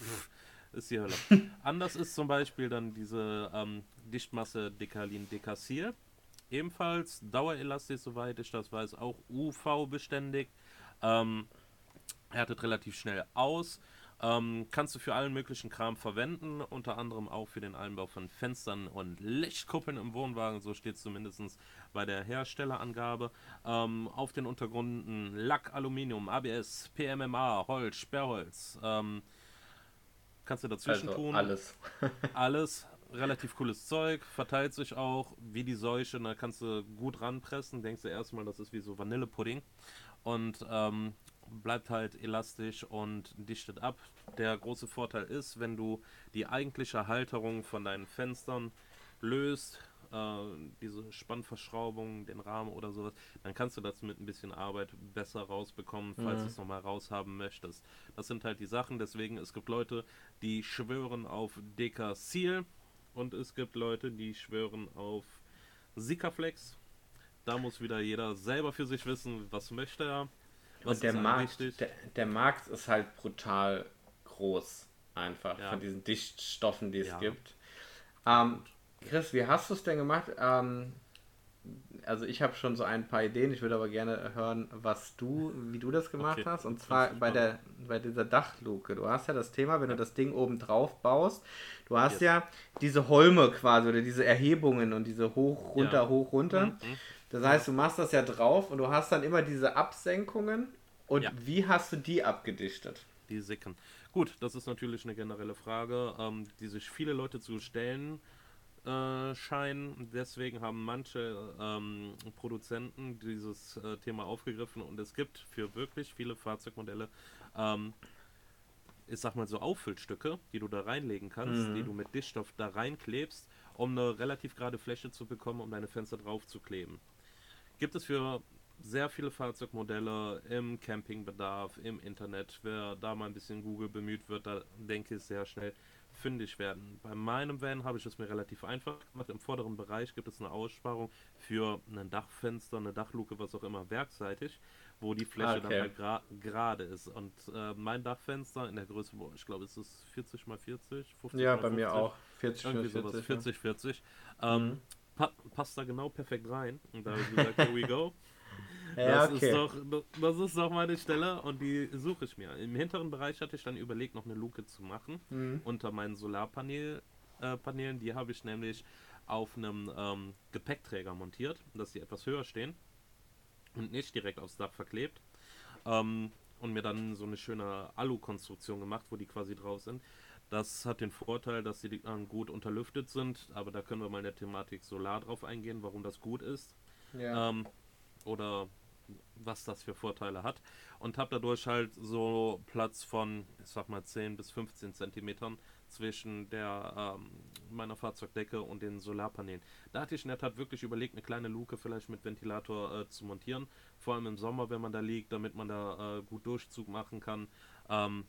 ist die Hölle. Anders ist zum Beispiel dann diese Dichtmasse Decalin Decasil. Ebenfalls dauerelastisch, soweit ich das weiß, auch UV-beständig. Ähm, Härtet relativ schnell aus. Kannst du für allen möglichen Kram verwenden, unter anderem auch für den Einbau von Fenstern und Lichtkuppeln im Wohnwagen, so steht es zumindest bei der Herstellerangabe. Auf den Untergründen Lack, Aluminium, ABS, PMMA, Holz, Sperrholz. Kannst du dazwischen Also tun. alles. Alles relativ cooles Zeug, verteilt sich auch wie die Seuche, da kannst du gut ranpressen, denkst du erstmal, das ist wie so Vanillepudding und bleibt halt elastisch und dichtet ab. Der große Vorteil ist, wenn du die eigentliche Halterung von deinen Fenstern löst, diese Spannverschraubung, den Rahmen oder sowas, dann kannst du das mit ein bisschen Arbeit besser rausbekommen, falls du Mhm. es nochmal raushaben möchtest. Das sind halt die Sachen, deswegen es gibt Leute, die schwören auf Decasil und es gibt Leute, die schwören auf Sikaflex. Da muss wieder jeder selber für sich wissen, was möchte er, was Und der ist einem Markt, wichtig. der Markt ist halt brutal groß, einfach von Ja, diesen Dichtstoffen, die es ja, gibt. Ähm, absolut. Chris, wie hast du es denn gemacht? Also ich habe schon so ein paar Ideen, ich würde aber gerne hören, wie du das gemacht Okay, hast. Und bin ich zwar gespannt. bei dieser Dachluke. Du hast ja das Thema, wenn du Ja, das Ding oben drauf baust, du hast yes. ja diese Holme quasi oder diese Erhebungen und diese Ja. hoch, runter. Mhm. Mhm. Das Ja. heißt, du machst das ja drauf und du hast dann immer diese Absenkungen. Und Ja, wie hast du die abgedichtet? die Sicken. Gut, das ist natürlich eine generelle Frage, die sich viele Leute zu stellen scheinen. Deswegen haben manche Produzenten dieses Thema aufgegriffen und es gibt für wirklich viele Fahrzeugmodelle, ähm, ich sag mal so Auffüllstücke, die du da reinlegen kannst, die Mhm. du mit Dichtstoff da reinklebst, um eine relativ gerade Fläche zu bekommen, um deine Fenster drauf zu kleben. Gibt es für sehr viele Fahrzeugmodelle im Campingbedarf, im Internet. Wer da mal ein bisschen Google bemüht wird, da denke ich sehr schnell fündig werden. Bei meinem Van habe ich es mir relativ einfach gemacht. Im vorderen Bereich gibt es eine Aussparung für ein Dachfenster, eine Dachluke, was auch immer, werkseitig, wo die Ah, Fläche dann okay. halt gerade ist. Und mein Dachfenster in der Größe, ich glaube, es ist 40 mal 40, 50 Ja, mal bei mir 50, auch. 40 für irgendwie sowas, 40, ja. 40-40. Mhm. Passt da genau perfekt rein. Und da habe ich gesagt, here we go. Ja, okay. Das ist doch meine Stelle und die suche ich mir. Im hinteren Bereich hatte ich dann überlegt, noch eine Luke zu machen Mhm. unter meinen Paneelen. Die habe ich nämlich auf einem Gepäckträger montiert, dass die etwas höher stehen und nicht direkt aufs Dach verklebt. Und mir dann so eine schöne Alu-Konstruktion gemacht, wo die quasi drauf sind. Das hat den Vorteil, dass sie gut unterlüftet sind, aber da können wir mal in der Thematik Solar drauf eingehen, warum das gut ist. Ja. Ähm, oder was das für Vorteile hat. Und habe dadurch halt so Platz von, ich sag mal, 10 bis 15 Zentimetern zwischen meiner Fahrzeugdecke und den Solarpanelen. Da hatte ich in der Tat wirklich überlegt, eine kleine Luke vielleicht mit Ventilator zu montieren. Vor allem im Sommer, wenn man da liegt, damit man da gut Durchzug machen kann. Ähm,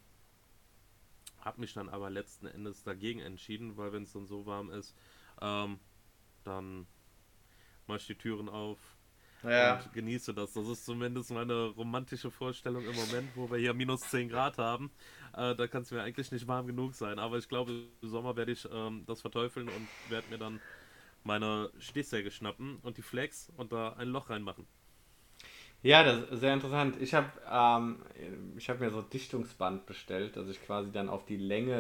habe mich dann aber letzten Endes dagegen entschieden, weil wenn es dann so warm ist, ähm, dann mache ich die Türen auf, Ja. und genieße das. Das ist zumindest meine romantische Vorstellung im Moment, wo wir hier minus 10 Grad haben. Da kann es mir eigentlich nicht warm genug sein. Aber ich glaube, im Sommer werde ich das verteufeln und werde mir dann meine Stichsäge schnappen und die Flex und da ein Loch reinmachen. Ja, das ist sehr interessant. Ich hab mir so Dichtungsband bestellt, dass ich quasi dann auf die Länge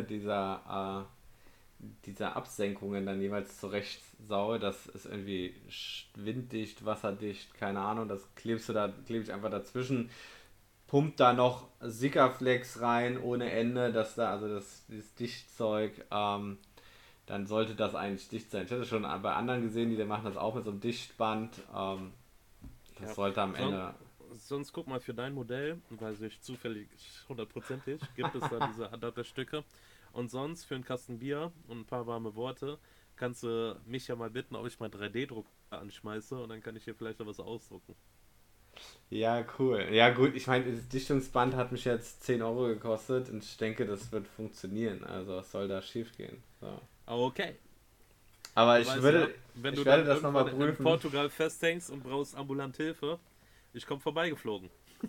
dieser Absenkungen dann jeweils zurecht saue. Das ist irgendwie winddicht, wasserdicht, keine Ahnung. Klebe ich einfach dazwischen, pumpt da noch Sikaflex rein ohne Ende, dieses Dichtzeug, dann sollte das eigentlich dicht sein. Ich hatte schon bei anderen gesehen, die machen das auch mit so einem Dichtband. Das Ja. sollte am Son Ende. Sonst guck mal für dein Modell, weiß ich zufällig hundertprozentig, gibt es da diese Adapterstücke. Und sonst für einen Kasten Bier und ein paar warme Worte kannst du mich ja mal bitten, ob ich mal 3D-Druck anschmeiße und dann kann ich hier vielleicht noch was ausdrucken. Ja, cool. Ja, gut, ich meine, das Dichtungsband hat mich jetzt 10 Euro gekostet und ich denke, das wird funktionieren. Also, was soll da schief gehen? So. Okay, Aber du weißt ja, wenn du ich werde dann das nochmal irgendwann in prüfen. Portugal festhängst und brauchst ambulant Hilfe, ich komme vorbeigeflogen.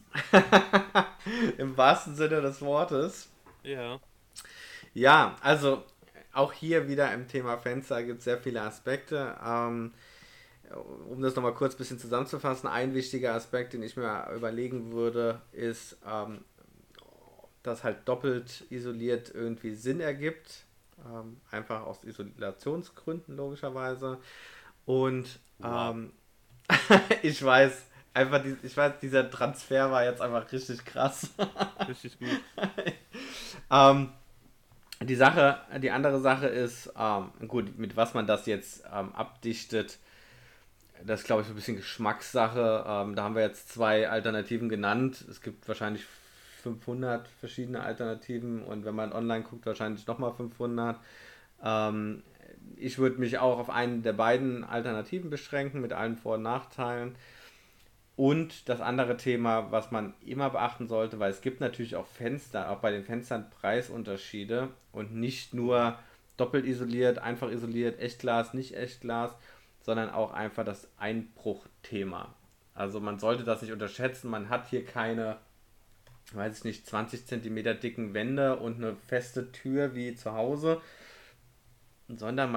Im wahrsten Sinne des Wortes. Ja, Ja, also auch hier wieder im Thema Fenster gibt es sehr viele Aspekte. Um das nochmal kurz ein bisschen zusammenzufassen, ein wichtiger Aspekt, den ich mir überlegen würde, ist, dass halt doppelt isoliert irgendwie Sinn ergibt. Einfach aus Isolationsgründen logischerweise. Und wow, ich weiß, dieser Transfer war jetzt einfach richtig krass. richtig gut. ähm, die andere Sache ist, gut, mit was man das jetzt abdichtet, das ist, glaube ich, so ein bisschen Geschmackssache. Da haben wir jetzt zwei Alternativen genannt. Es gibt wahrscheinlich 500 verschiedene Alternativen und wenn man online guckt, wahrscheinlich nochmal 500. Ähm, Ich würde mich auch auf einen der beiden Alternativen beschränken, mit allen Vor- und Nachteilen. Und das andere Thema, was man immer beachten sollte, weil es gibt natürlich auch Fenster, auch bei den Fenstern Preisunterschiede und nicht nur doppelt isoliert, einfach isoliert, Echtglas, nicht Echtglas, sondern auch einfach das Einbruchthema. Also man sollte das nicht unterschätzen, man hat hier keine, weiß ich nicht, 20 Zentimeter dicken Wände und eine feste Tür wie zu Hause, sondern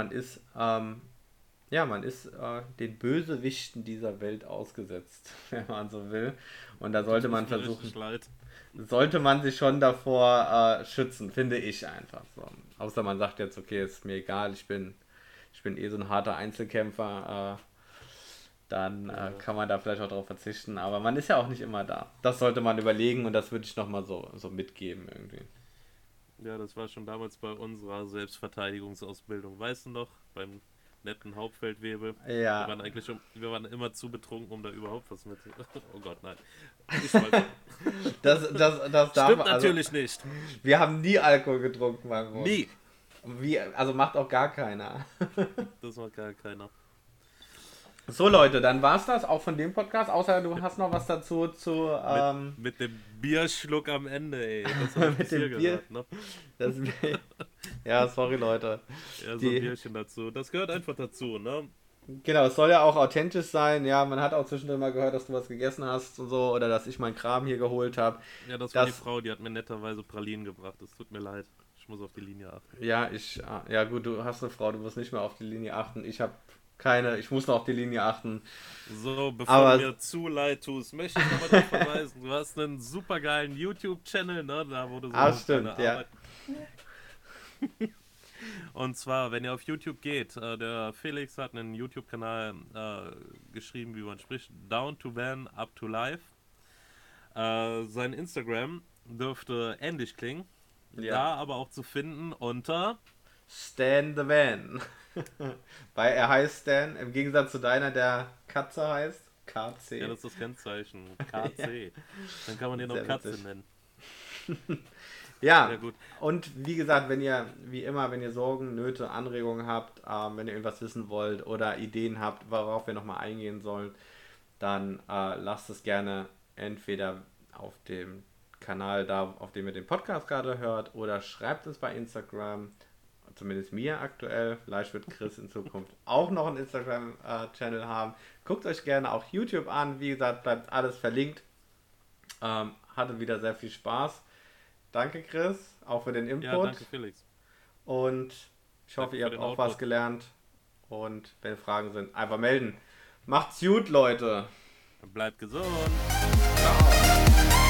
man ist den Bösewichten dieser Welt ausgesetzt, wenn man so will. Und da Du tust mir richtig leid. sollte man sich schon davor schützen, finde ich einfach so. Außer man sagt jetzt, okay, ist mir egal, ich bin eh so ein harter Einzelkämpfer, dann Ja. kann man da vielleicht auch darauf verzichten. Aber man ist ja auch nicht immer da. Das sollte man überlegen und das würde ich nochmal so mitgeben irgendwie. Ja, das war schon damals bei unserer Selbstverteidigungsausbildung. Weißt du noch? Beim netten Hauptfeldwebel. Ja, Wir waren immer zu betrunken, um da überhaupt was mit. Oh Gott, nein. Ich schweife. das darf Stimmt man, also natürlich nicht. wir haben nie Alkohol getrunken beim Wohnen. Nie. Also macht auch gar keiner. Das macht gar keiner. So Leute, dann war's das auch von dem Podcast, außer du hast noch was dazu Mit, mit dem Bierschluck am Ende, ey. Das habe ich mit bis hier dem Bier. gehört, ne? Das, ja, sorry Leute. Ja, so ein Die, Bierchen dazu. Das gehört einfach dazu, ne? genau, es soll ja auch authentisch sein. Ja, man hat auch zwischendurch mal gehört, dass du was gegessen hast und so oder dass ich meinen Kram hier geholt habe. Ja, das war die Das, Frau, die hat mir netterweise Pralinen gebracht. Es tut mir leid. Ich muss auf die Linie achten. ja gut, du hast eine Frau, du musst nicht mehr auf die Linie achten. Ich habe keine, ich muss noch auf die Linie achten. So, bevor du Aber, mir zu leid tust, möchte ich nochmal darauf verweisen, du hast einen supergeilen YouTube-Channel, ne, da wo du so deine stimmt, ja. Arbeit. Und zwar, wenn ihr auf YouTube geht, der Felix hat einen YouTube-Kanal geschrieben, wie man spricht, Down to Van, Up to Life. Sein Instagram dürfte ähnlich klingen, Ja. da aber auch zu finden unter. Stan the Van. Weil er heißt Stan, im Gegensatz zu deiner, der Katze heißt. Ja, KC. das ist das Kennzeichen, Ja, KC. Dann kann man den noch sehr Katze witzig. nennen. Ja, Ja, gut. und wie gesagt, wenn ihr, wie immer, wenn ihr Sorgen, Nöte, Anregungen habt, wenn ihr irgendwas wissen wollt oder Ideen habt, worauf wir nochmal eingehen sollen, dann lasst es gerne entweder auf dem Kanal da, auf dem ihr den Podcast gerade hört, oder schreibt es bei Instagram zumindest mir aktuell. Vielleicht wird Chris in Zukunft auch noch einen Instagram-Channel haben. Guckt euch gerne auch YouTube an. Wie gesagt, bleibt alles verlinkt. Hatte wieder sehr viel Spaß. Danke, Chris, auch für den Input. Ja, danke, Felix. Und ich hoffe, ihr habt auch was gelernt. Und wenn Fragen sind, einfach melden. Macht's gut, Leute. Bleibt gesund. Ciao.